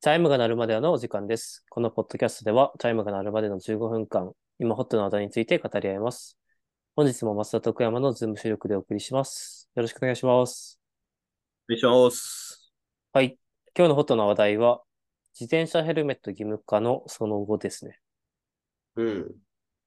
チャイムが鳴るまでのお時間です。このポッドキャストでは、チャイムが鳴るまでの15分間、今ホットな話題について語り合います。本日も増田徳山のズーム収録でお送りします。よろしくお願いします。 お願いします。 はい。今日のホットな話題は、自転車ヘルメット義務化のその後ですね。 うん。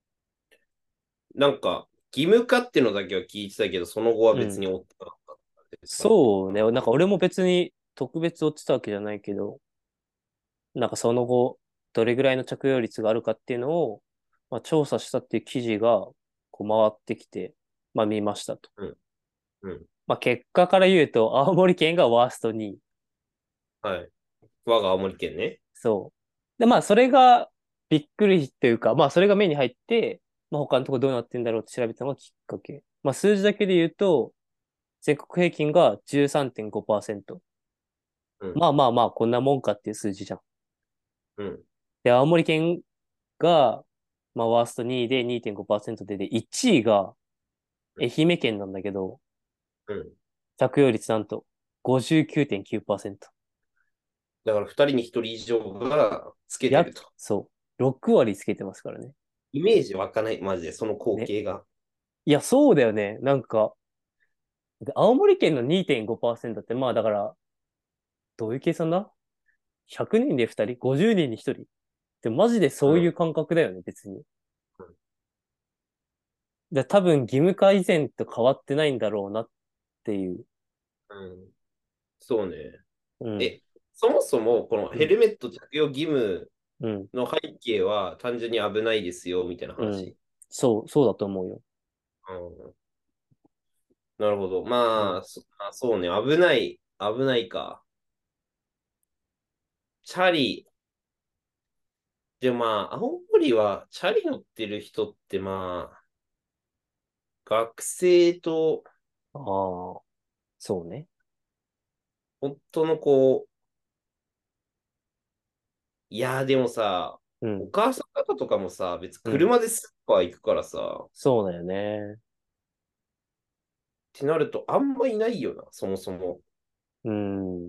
なんか、義務化っていうのだけは聞いてたけど、その後はうん。 別に追ってなかったですか？ そうね。なんか俺も別に特別追ってたわけじゃないけど、なんかその後、どれぐらいの着用率があるかっていうのを、調査したっていう記事がこう回ってきて、見ましたと。 うん。うん。 結果から言うと、青森県がワースト2位。 はい。我が青森県ね。 そう。で、それがびっくりっていうか、それが目に入って、他のとこどうなってんだろうって調べたのがきっかけ。数字だけで言うと、全国平均が13.5%。 うん。 こんなもんかっていう数字じゃん。 うん。 で、青森県が、ワースト2位で2.5%で、1位が愛媛県なんだけど、 うん。 着用率なんと59.9%。 だから、二人に一人以上がつけてると。 そう。6割つけてますからね。 イメージ湧かない、マジで、その光ね。 景が。 いや、そうだよね。なんか、青森県の2.5%ってだから、どういう計算だ？ 100 人で2人？ 50 人に1人ってマジでうん。 そういう感覚だよね、別に。多分義務化以前と変わってないんだろうなっていう。 うん。そうね。 うん、 え、そもそも、このうん、 ヘルメット着用義務うん、 の背景は単純に危ないですよ、みたいなうん。 話。 そうだと思うよ。 うん。なるほど。 うん。 そうね。危ないか。チャリ、でも青森はチャリ乗ってる人って学生とああ、そうね。 本当のいやでもさ、 うん、 お母さん方とかもさ、別にうん。 車でスーパー行くからさ、っそうだよね。 てなるとあんまいないよな、そもそも。 うん。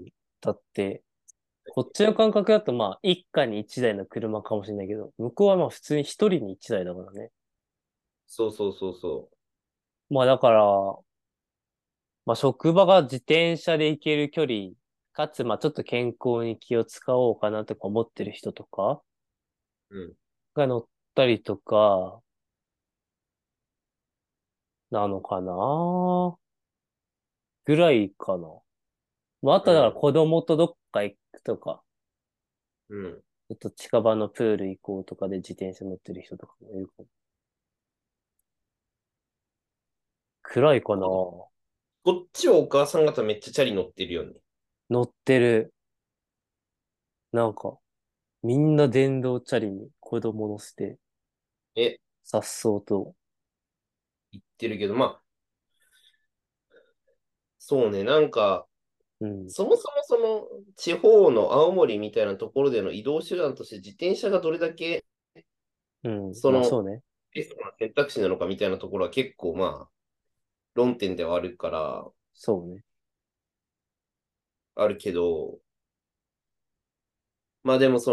だって、こっちの感覚だと一家に一台の車かもしれないけど、向こうは普通に一人に一台だからね。 そうそうそうそだから、職場が自転車で行ける距離、かつちょっと健康に気を使おうかなとか思ってる人とかう。うん。 が乗ったりとか、なのかなぐらいかな。あとはだからうん。 子供とどっか行くとか、 うん。 ちょっと近場のプール行こうとかで自転車乗ってる人とかもいるかも。くらいかな。 こ、こっちはお母さん方めっちゃチャリ乗ってるよね。 乗ってる。なんか、みんな電動チャリに子供乗せて、 え、 さっそうと。 言ってるけど、そうね、 うん。 そもそもその地方の青森みたいなところでの移動手段として自転車がどれだけうん。 そのそうね。 ベストな選択肢なのかみたいなところは結構論点ではあるから、 そうね。 あるけど、でも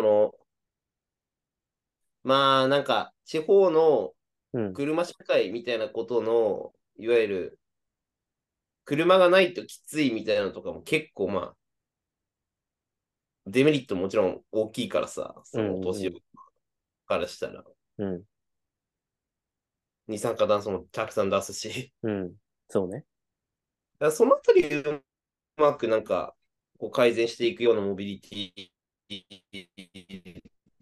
地方のうん。 車社会みたいなことの、いわゆる車がないときついみたいなのとかも結構デメリットもちろん大きいからさ、そのおうん。うん。 年寄りからしたら、 うん。 二酸化炭素もたくさん出すし、 うん。そうね。 だからそのあたりうまく改善していくようなモビリティ、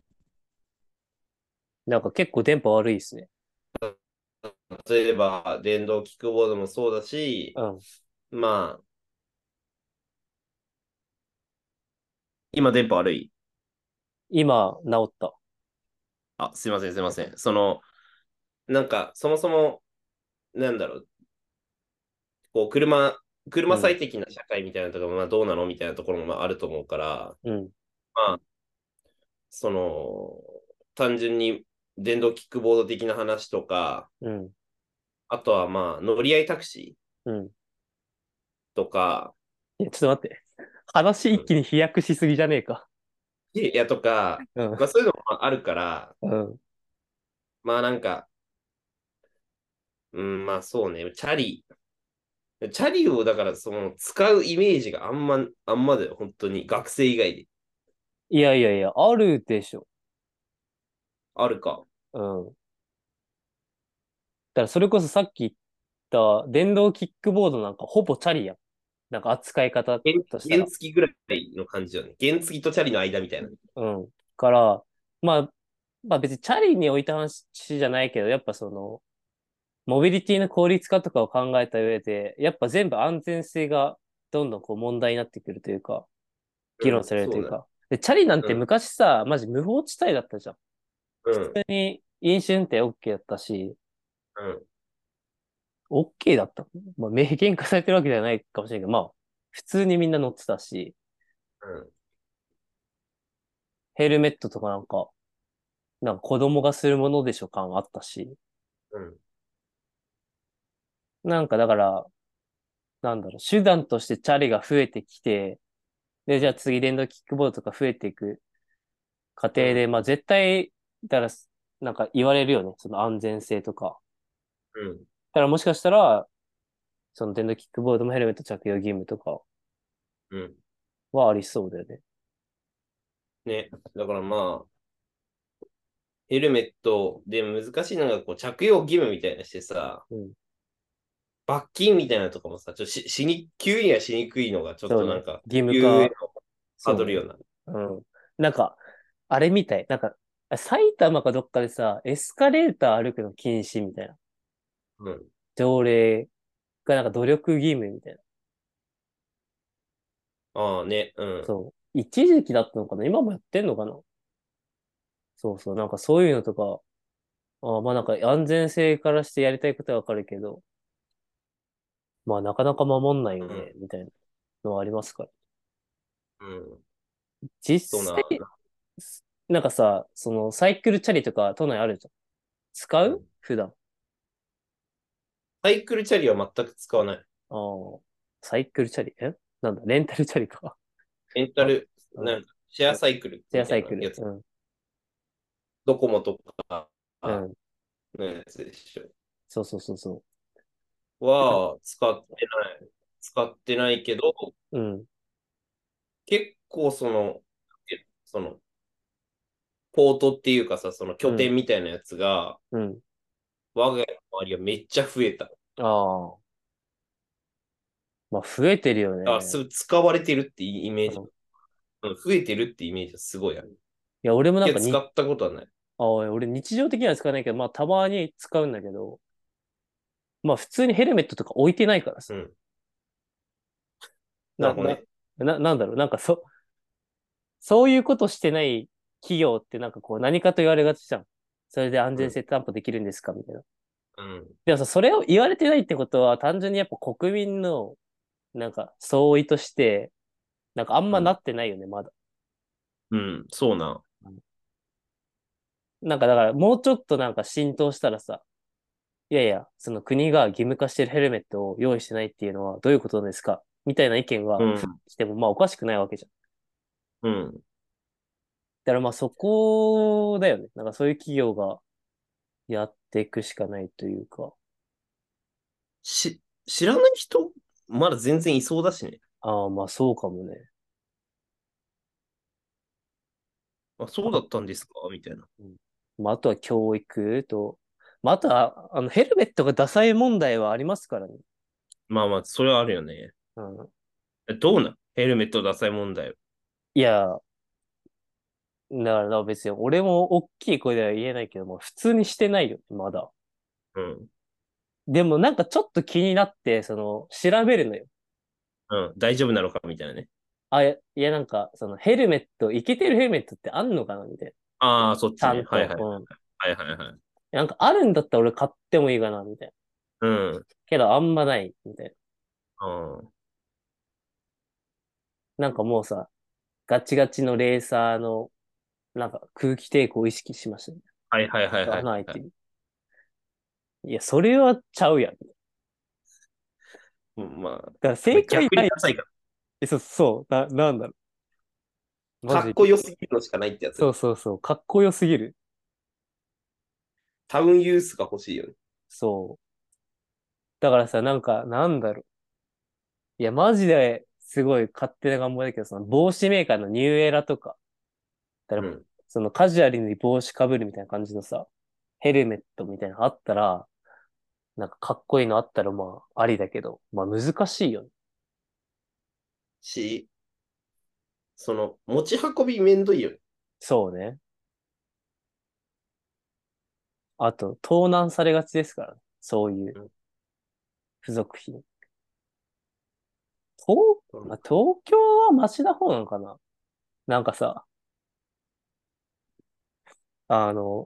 なんか結構電波悪いですね。 例えば電動キックボードもそうだし、 うん。 まあ、今電波悪い？ 今、治った。 あ、すいません、すいません。そもそも、なんだろう、こう、車うん。 最適な社会みたいなところも、どうなのみたいなところもあると思うから、 うん。 まあ、その、単純に電動キックボード的な話とか、 うん。 あとは乗り合いタクシうん。 ーとか、 いや、ちょっと待って。話うん、 一気に飛躍しすぎじゃねえか。 いやとか、 うん。 まあそういうのもあるから、 うん。 まあなんか、うん、まあそうね、チャリをだからその使うイメージがあんまだよ、本当に。学生以外で。 いやいやいや、あるでしょ。 あるか。 うん。だからそれこそさっき言った電動キックボードなんかほぼチャリやん。なんか扱い方とした原ら。 付ぐらいの感じよね。原付とチャリの間みたいな。 うん。から、まあ、まあ別にチャリに置いた話じゃないけど、やっぱその、モビリティの効率化とかを考えた上で、やっぱ全部安全性がどんどんこう問題になってくるというか、議論うん、 されるとそうだ。 いうか。で、チャリなんてうん、 昔さ、マジ無法地帯だったじゃん。 うん、 普通に飲酒運転 OK だったし、 うん、 OK だった。まあ明言化されてるわけではないかもしれないけど、まあ、普通にみんな乗ってたし、 うん、 ヘルメットとかなんか子供がするものでしょ感あったし、 うん、 なんかだから、なんだろう、手段としてチャリが増えてきて、で、じゃあ次電動キックボードとか増えていく過程うん、 で、まあ絶対、だから、なんか言われるよね。その安全性とか。 うん、 だからもしかしたら、その電動キックボードもヘルメット着用義務とかうん。 はありそうだよね。 ね。だからまあ、ヘルメットで難しいのがこう着用義務みたいなしてさ、 うん。 罰金みたいなのとかもさ、ちょっと急にはしにくいのがちょっそうね。 となんか、 義務いう化。 ハーそうね。 ドルよな。 うん。なんか、あれみたい。なんか、埼玉かどっかでさ、エスカレーター歩くの禁止みたいな。 うん。 条例がなんか努力義務みたいな。 ああね、うん。 そう。一時期だったのかな今もやってんのかな。そうそう。なんかそういうのとか、まあなんか安全性からしてやりたいことはわかるけど、まあなかなか守んないよね、 うん。 みたいなのはありますから。 うん。そうな。 実際、なんかさ、そのサイクルチャリとか都内あるじゃん。使ううん。 普段。 サイクルチャリは全く使わない。 ああ、サイクルチャリ、なんだ、レンタルチャリか。 レンタあ、 ル、 うん。 なんか、シェアサイクルシェアみたサイクル。 いなやつ。 うん。 ドコモとかうん。 のやつでしょ。 そうそうそうそは、使ってない。使ってないけど、 う。うん。 結構その、ポートっていうかさ、その拠うん。 点みたいなやつが、 うん。 我が家の周りがめっちゃ増えた。 ああ。まあ増えてるよあ、 ね。 使われてるってイメージ。 うん。いうん、増えてるってイメージはすごいある。 や、俺もなんか使ったことはない。 俺日常的には使わないけど、まあたまに使うんだけど、まあ普通にヘルメットとか置いてないからさ。 うん。なな、な、 るほどね。 なんだろう、なんかそういうことしてない企業ってなんかこう何かと言われがちじゃん。それで安うん。 全性担保できるんですかみたいな。 うん。 でもさ、それを言われてないってことは単純にやっぱ国民のなんか総意として、なんかあんうん。 まなってないよね、まだ。 うん。そうな。 なんかだからもうちょっとなんか浸透したらさ、いやいや、その国が義務化してるヘルメットを用意してないっていうのはどういうことですかみたいな意見が降ってうん。 きてもまあおかしくないわけじゃん。 うん。 だからまあそこだよね。なんかそういう企業がやっていくしかないというか。 知らない人、まだ全然いそうだしね。 ああ、まあそうかもね。 あ、そうだあ、 ったんですかみたいな。 うん、まああとは教育と、まああとは、ヘルメットがダサい問題はありますからね。 まあまあ、それはあるよね。 うん。 どうなんヘルメットダサい問題。 いや、だから別に俺も大きい声では言えないけども、普通にしてないよ、まだ。 うん。 でもなんかちょっと気になって、調べるのよ。 うん。大丈夫なのかみたいなね。 いやなんか、ヘルメット、イケてるヘルメットってあんのかなみたいな。 ああ、そっちちね。 ゃんと。 はいはい。 うん。 はいはいはい。 なんかあるんだったら俺買ってもいいかなみたいな。 うん。 けどあんまない、みたいな。 ああ、 なんかもうさ、ガチガチのレーサーの、なんか空気抵抗を意識しましたね。 はいはいはいはいはい。 穴開いてる。いや、それはちゃうやん。だかうん、まあ、 ら正解逆にない。 ダサいから。 そう、なんだろう。 マジで。 かっこよすぎるのしかないってやつそうね。 そうそう。かっこよすぎる。 タウンユースが欲しいよね。 そう。だからさ、なんか、なんだろう。いや、マジですごい勝手な願望だけど、その帽子メーカーのニューエラとか、だからうん。 そのカジュアルに帽子かぶるみたいな感じのさ、ヘルメットみたいなのあったら、なんかかっこいいのあったらまあ、ありだけど、まあ難しいよね。 し、持ち運びめんどいよね。 そうね。あと、盗難されがちですからね。そういううん。 付属品。まあ、東京はマシな方なのかな。なんかさ、あの、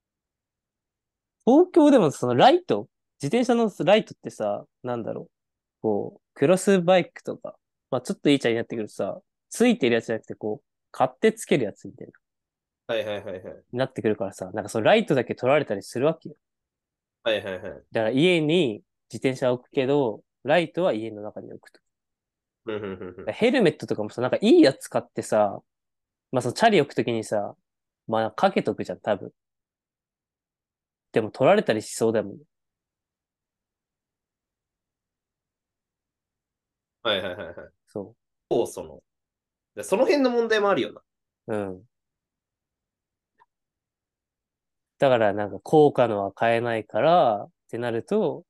東京でもそのライト、自転車のライトってさ、なんだろう。こう、クロスバイクとか、まあちょっといいチャリになってくるとさ、ついてるやつじゃなくてこう、買ってつけるやつみたいな、 はいはいはいはい。 なってくるからさ、なんかそのライトだけ取られたりするわけよ。 はいはいはい。 だから家に自転車を置くけど、ライトは家の中に置くと。 うんうんうんうん。 ヘルメットとかもさ、なんかいいやつ買ってさ、まあそのチャリ置くときにさ、まあかけとくじゃん、多分。でも取られたりしそうだもんね。 はいはいはいはい。 そそう、その辺の問題もあるよな。 う。うん。だからなんか高価のは買えないから、ってなると、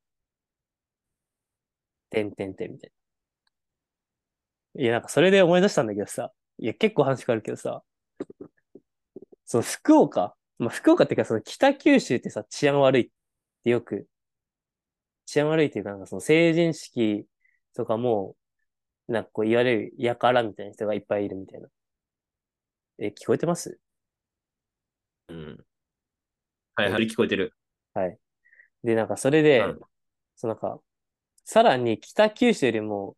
てんてんてんみたいな。いや、なんかそれで思い出したんだけどさ、いや、結構話変わるけどさ、その福岡、まあ、福岡っていうかその北九州ってさ、治安悪いってよく、治安悪いっていうか、なんかその成人式とかも、なんかこう言われるやからみたいな人がいっぱいいるみたいな。聞こえてます？ うん。はいえ、 はい、聞こえてる。 はい。で、なんかそれで、 うん。 なんか、さらに北九州よりも、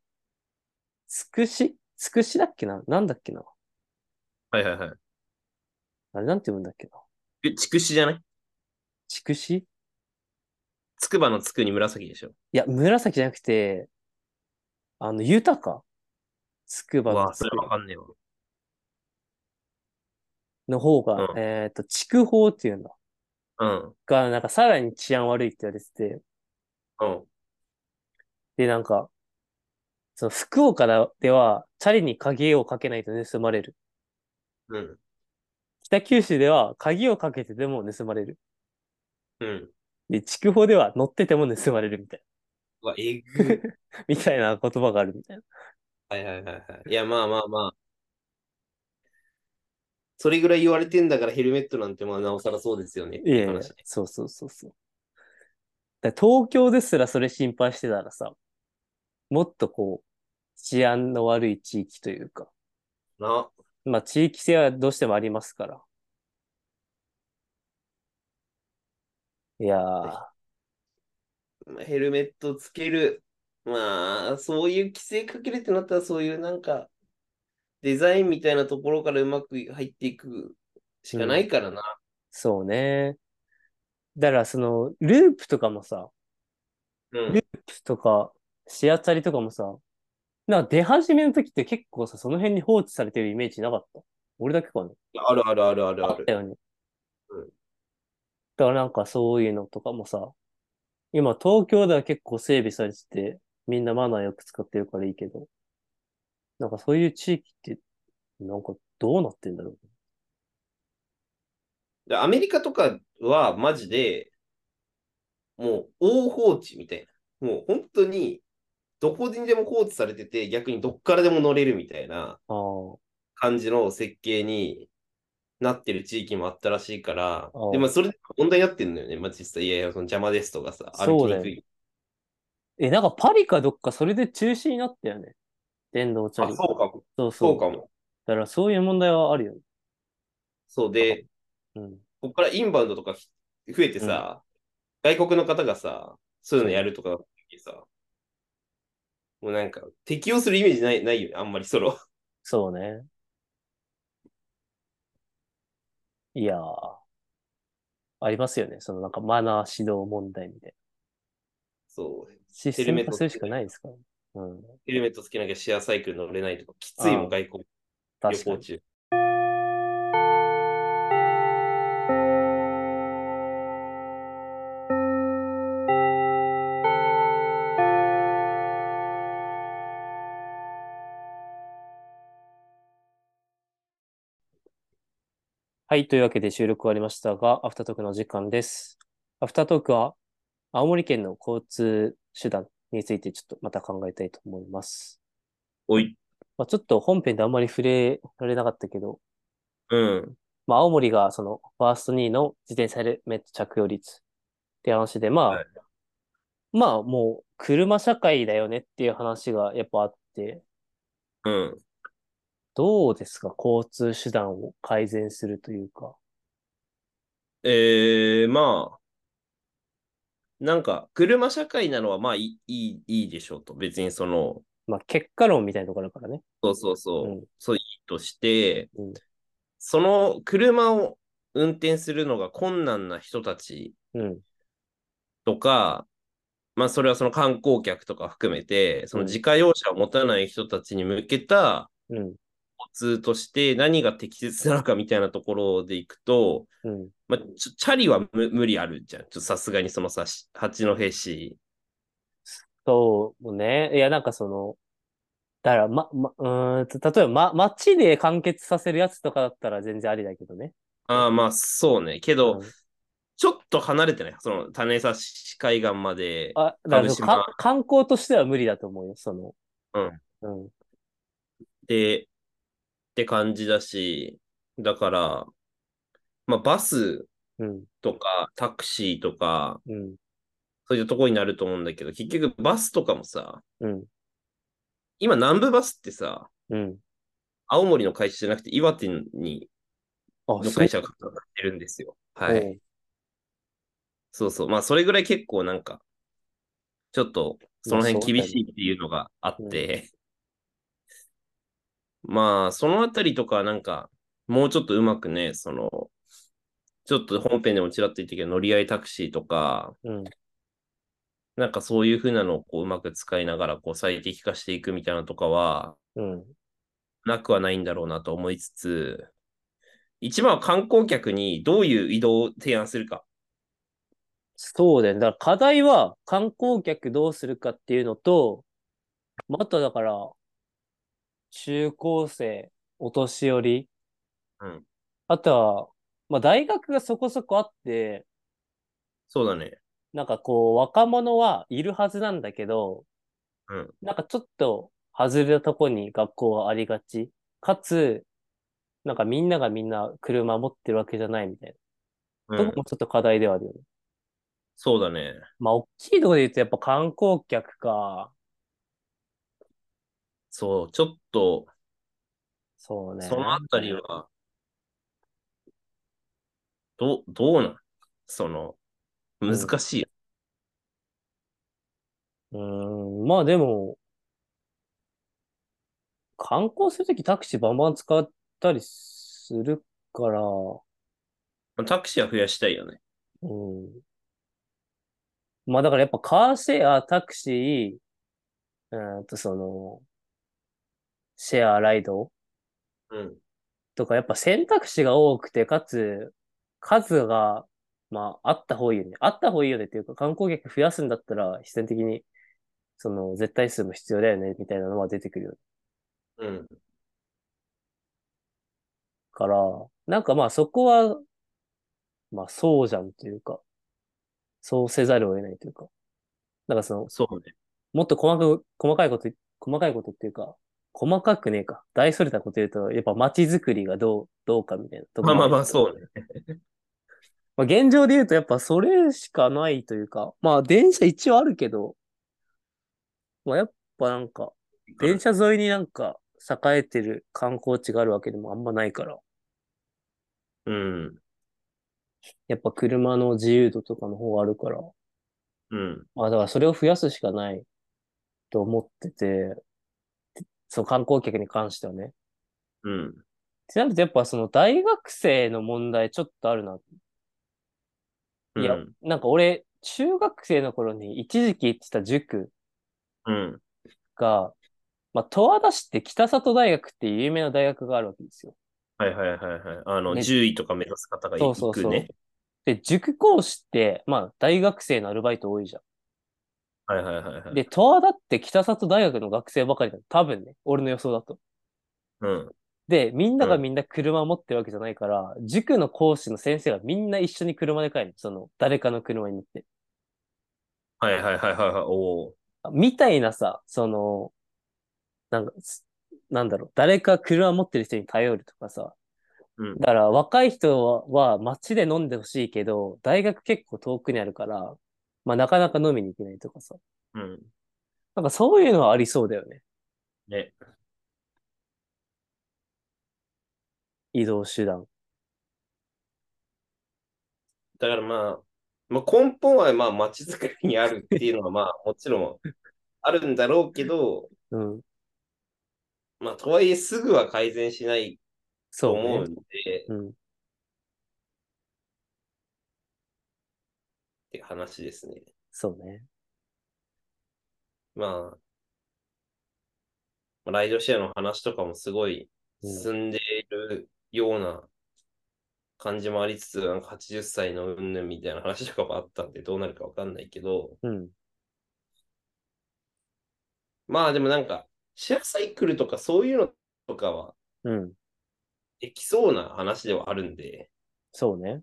つくしだっけな、なんだっけな、 はいはいはい。 あれなんて言うんだっけな。 筑紫じゃない？ 筑紫い筑波の筑に紫でしょ。 や、紫じゃなくて、豊か。つくばうわ、それのつくわかんねえわ。 の方が、 うん。 筑豊っていうんだ。 うん。 が、なんかさらに治安悪いって言われてて、 うん。 で、なんか、その福岡では、チャリに鍵をかけないと盗まれる。 うん。 北九州では、鍵をかけてでも盗まれる。 うん。 で、筑豊では乗ってても盗まれるみたいうわ、えな。 ぐ。 みたいな言葉があるみたいな。 はいはいはいはい。いや、まあまあまあ。それぐらい言われてんだからヘルメットなんてまあなおさらそうですよねっいやいや、 ていう話ね。 そうそうそうそう。だから東京ですらそれ心配してたらさ、もっとこう、治安の悪い地域というか、 な。 まあ地域性はどうしてもありますから。いやー、 ヘルメットつける。まあ、そういう規制かけるってなったら、そういうなんか、デザインみたいなところからうまく入っていくしかなうん、 いからな。 そうね。だからその、ループとかもさ、 うん。 とか、シアチャリとかもさ、なんか出始めの時って結構さ、その辺に放置されてるイメージなかった？俺だけかな？ あるあるあるあるある。 あったよね。 うん。 だからなんかそういうのとかもさ、今東京では結構整備されてて、みんなマナーよく使ってるからいいけど、なんかそういう地域って、なんかどうなってんだろでアメリカとかはマジで、もう大放置みたいな。もう本当に、どこにでも放置されてて、逆にどっからでも乗れるみたいなう。 感じの設計になってる地域もあったらしいから、で、まあ、 ああ、 それ問題になってんだよね。まあ、実際、いやいや、その邪魔ですとかさ、歩きそうだよね。 にくい。 なんかパリかどっかそれで中止になったよね。電動チャあ、 リ。 そうかも。 そうそう。 そうかも。 だからそういう問題はあるよね。 そうなんか、 で、 うん、 ここからインバウンドとか増えてうん、 さ、外国の方がさ、そういうのやそう、 るとかさ、もうなんか適用するイメージないよね。あんまりそうね。いやー、ありますよね。そのなんかマナー指導問題みたいな。 そう。 シスヘルメッテム化するしトつけない。 かないですからね。うん。 ヘルメットつけなきゃシェアサイクル乗れないとか、きついもん、 ああ、 外国旅確かに。 行中。 はい、というわけで収録終わりましたが、アフタートークのお時間です。アフタートークは、青森県の交通手段についてちょっとまた考えたいと思います。 おい。 まあ、ちょっと本編であんまり触れられなかったけど、 うん。 まあ、青森がそのファースト2位の自転車ヘルメット着用率って話で、 はい。 まあもう車社会だよねっていう話がやっぱあって、 うん。 どうですか交通手段を改善するというか。 まあ、なんか、車社会なのはまあいいでしょうと。別にまあ結果論みたいなところだからね。 そうそうそう、 うん、 そういいとして、 うん、 その車を運転するのが困難な人たちうん、 とか、まあそれはその観光客とか含めて、そうん、 の自家用車を持たない人たちに向けたうん、 交通として何が適切なのかみたいなところでいくと、 うん。 まあ、チャリは無理あるじゃん。さすがにそのさ、八戸市。 そうね。いや、なんかだから、例えば、街で完結させるやつとかだったら全然ありだけどね。 ああ、まあそうね。けど、 うん。 ちょっと離れてない。その種差海岸まで、 だから鹿児島、 観光としては無理だと思うよ。 うん。 うん、 って感じだし、だから、まあバスうん、 とかタクシーとか、 うん、 そういうところになると思うんだけど、結局バスとかもさ、 うん、 今南部バスってさ、 うん。 青森の会社じゃなくて岩手にあ、 の会社が買ってるんですよ。はおう、 い。そうそう。まあそれぐらい結構なんか、ちょっとそまあの辺そうだよね。 厳しいっていうのがあっうん、 て、まあそのあたりとかなんか、もうちょっとうまくね、ちょっと本編でもちらっと言ったけど、乗り合いタクシーとか、 うん、 なんかそういう風なのをこううまく使いながらこう最適化していくみたいなのとかは、 うん。 なくはないんだろうなと思いつつ、一番は観光客にどういう移動を提案するか。 そうだよね。だから課題は観光客どうするかっていうのと、まあ、あとはだから中高生、お年寄り、 うん。 あとは、まあ大学がそこそこあって、 そうだね。 なんかこう若者はいるはずなんだけど、 うん。 なんかちょっと外れたとこに学校はありがち。かつ、なんかみんながみんな車持ってるわけじゃないみたいな。とこもうん。 ちょっと課題ではあるよね。 そうだね。 まあ大きいところで言うとやっぱ観光客か。 そう、ちょっと、 そうそのあね。 たりは、どうなんその、難うん。 しいよ。 うーん。まあでも、観光するときタクシーバンバン使ったりするから、 タクシーは増やしたいよね。 うん。まあだからやっぱカーシェア、タクシー、シェアライドうん。 とかやっぱ選択肢が多くて、かつ、数が、まああった方がいいよね。あった方がいいよねっていうか、観光客増やすんだったら、必然的に、絶対数も必要だよね、みたいなのは出てくるよ。 うん。 から、なんかまあそこは、まあそうじゃんというか、そうせざるを得ないというか。なんかそうね。 もっと細かいことっていうか、細かくねえか。大それたこと言うと、やっぱ街づくりがどうかみたいなとこもある。 まあまあまあ、そうね。 まあ現状で言うとやっぱそれしかないというか、まあ電車一応あるけど、まあやっぱなんか、電車沿いになんか栄えてる観光地があるわけでもあんまないから、 うん。 やっぱ車の自由度とかの方があるから、 うん。 まあだからそれを増やすしかないと思ってて、その観光客に関してはね。 うん。 ってなるとやっぱその大学生の問題ちょっとあるな。いや、 うん。 なんか俺、中学生の頃に一時期行ってた塾うん。 が、まあ、十和田市って北里大学っていう有名な大学があるわけですよ。 はいはいはいはい。 で、 獣医とか目指す方がそう行くね。 そうそう。で、塾講師って、まあ、大学生のアルバイト多いじゃん。 はいはいはいはい。 で、十和田って北里大学の学生ばかりだ。多分ね、俺の予想だと。 うん。 で、みんなうん。 がみんな車を持ってるわけじゃないから、塾の講師の先生がみんな一緒に車で帰る。その、誰かの車に乗って。 はいはいはいはいはい。おお。 みたいなさ、その、なんか、なんだろう、誰か車持ってる人に頼るとかさ。 うん。 だから若い人は街で飲んでほしいけど、大学結構遠くにあるから、まあなかなか飲みに行けないとかさ。 うん。 なんかそういうのはありそうだよね。 ね。 移動手段。 だからまあ根本はまあ街づくりにあるっていうのはまあもちろんあるんだろうけど、 うん。 まあとはいえすぐは改善しないとそうね。 思うんで、 うん。 って話ですね。 そうね。 まあ、ライドシェアの話とかもすごいうん。 進んでいるような感じもありつつ、なんか80歳の云々みたいな話とかもあったんで、どうなるかわかんないけど、 うん。 まあでもなんか、シェアサイクルとかそういうのとかはうん。 できそうな話ではあるんで、 そうね。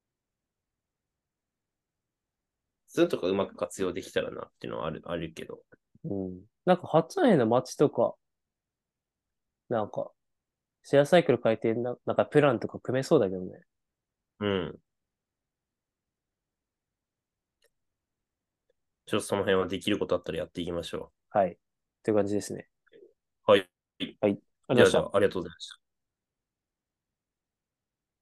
そういうのとかうまく活用できたらなっていうのはあるけど。 うん。なんか八戸の街とか、なんか、シェアサイクル変えてなんかプランとか組めそうだけどね。 うん。ちょっとその辺はできることあったらやっていきましょはい。という感じですね。 う。はい。 はい。ありがとうございました。 じゃあ、ありがとうございました。